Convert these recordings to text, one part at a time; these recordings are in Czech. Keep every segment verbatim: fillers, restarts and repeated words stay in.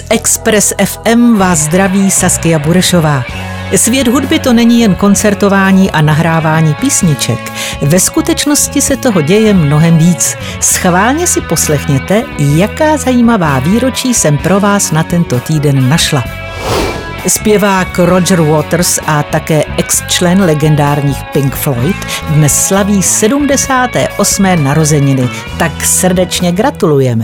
Express F M vás zdraví Saskia Burešová. Svět hudby to není jen koncertování a nahrávání písniček. Ve skutečnosti se toho děje mnohem víc. Schválně si poslechněte, jaká zajímavá výročí jsem pro vás na tento týden našla. Zpěvák Roger Waters a také ex-člen legendárních Pink Floyd dnes slaví sedmdesáté osmé narozeniny, tak srdečně gratulujeme.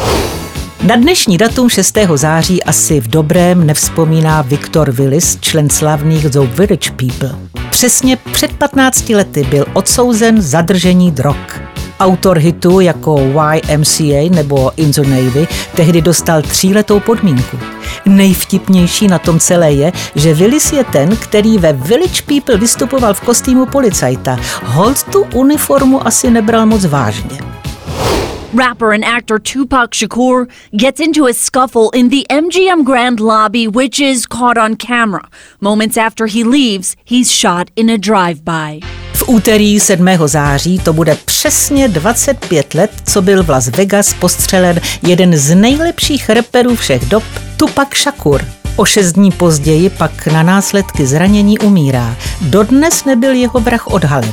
Na dnešní datum šestého září asi v dobrém nevzpomíná Victor Willis, člen slavných The Village People. Přesně před patnácti lety byl odsouzen za držení drog. Autor hitu jako Y M C A nebo In the Navy tehdy dostal tříletou podmínku. Nejvtipnější na tom celé je, že Willis je ten, který ve Village People vystupoval v kostýmu policajta. Holt tu uniformu asi nebral moc vážně. Rapper and actor Tupac Shakur gets into a scuffle in the M G M Grand lobby, which is caught on camera. Moments after he leaves, he's shot in a drive-by. V úterý sedmého září to bude přesně dvacet pět let, co byl v Las Vegas postřelen jeden z nejlepších raperů všech dob, Tupac Shakur. O šest dní později pak na následky zranění umírá. Dodnes nebyl jeho vrah odhalen.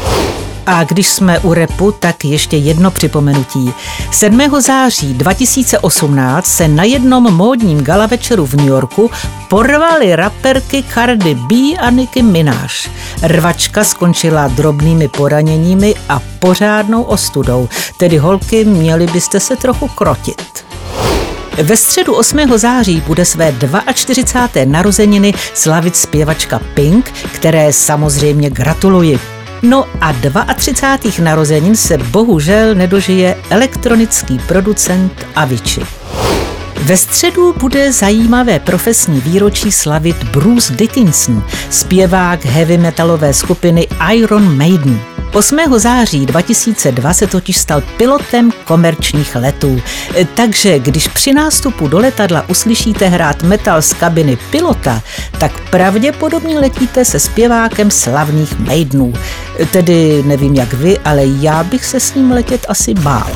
A když jsme u rapu, tak ještě jedno připomenutí. sedmého září dva tisíce osmnáct se na jednom módním gala večeru v New Yorku porvaly raperky Cardi B a Nicki Minaj. Rvačka skončila drobnými poraněními a pořádnou ostudou, tedy holky, měli byste se trochu krotit. Ve středu osmého září bude své čtyřicáté druhé narozeniny slavit zpěvačka Pink, které samozřejmě gratuluji. No a třicátých druhých narozenin se bohužel nedožije elektronický producent Avicii. Ve středu bude zajímavé profesní výročí slavit Bruce Dickinson, zpěvák heavy metalové skupiny Iron Maiden. osmého září dva tisíce dva se totiž stal pilotem komerčních letů. Takže když při nástupu do letadla uslyšíte hrát metal z kabiny pilota, tak pravděpodobně letíte se zpěvákem slavných Maidenů. Tedy nevím jak vy, ale já bych se s ním letět asi bál.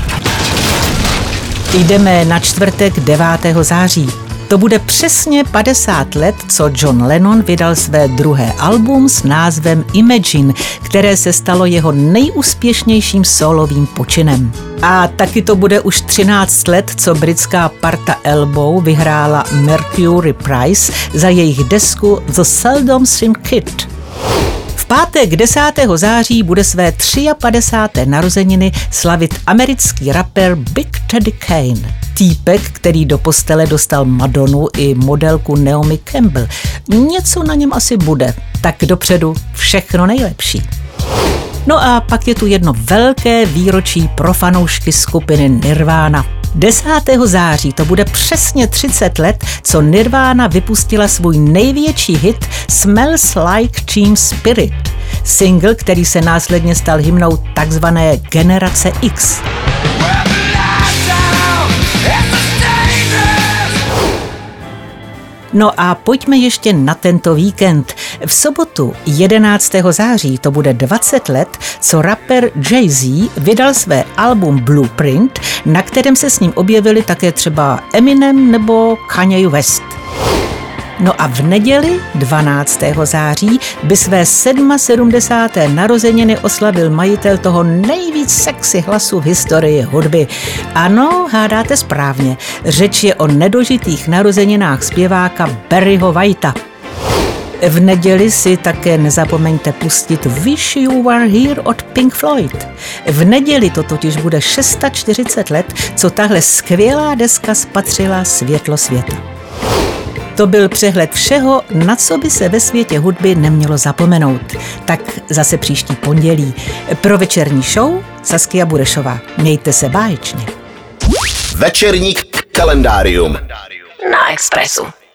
Jdeme na čtvrtek devátého září. To bude přesně padesát let, co John Lennon vydal své druhé album s názvem Imagine, které se stalo jeho nejúspěšnějším sólovým počinem. A taky to bude už třináct let, co britská parta Elbow vyhrála Mercury Prize za jejich desku The Seldom Seen Kid. V pátek desátého září bude své padesáté třetí narozeniny slavit americký rapper Big Daddy Kane. Týpek, který do postele dostal Madonu i modelku Naomi Campbell. Něco na něm asi bude. Tak dopředu všechno nejlepší. No a pak je tu jedno velké výročí pro fanoušky skupiny Nirvana. desátého září to bude přesně třicet let, co Nirvana vypustila svůj největší hit Smells Like Teen Spirit. Single, který se následně stal hymnou takzvané Generace X. No a pojďme ještě na tento víkend. V sobotu jedenáctého září to bude dvacet let, co rapper Jay-Z vydal své album Blueprint, na kterém se s ním objevili také třeba Eminem nebo Kanye West. No a v neděli dvanáctého září by své sedmdesáté sedmé narozeniny oslavil majitel toho nejvíc sexy hlasu v historii hudby. Ano, hádáte správně, řeč je o nedožitých narozeninách zpěváka Barryho Whitea. V neděli si také nezapomeňte pustit Wish You Were Here od Pink Floyd. V neděli to totiž bude čtyřicet šest let, co tahle skvělá deska spatřila světlo světa. To byl přehled všeho, na co by se ve světě hudby nemělo zapomenout. Tak zase příští pondělí. Pro večerní show Saskia Burešová. Mějte se báječně. Večerní kalendárium na Expressu.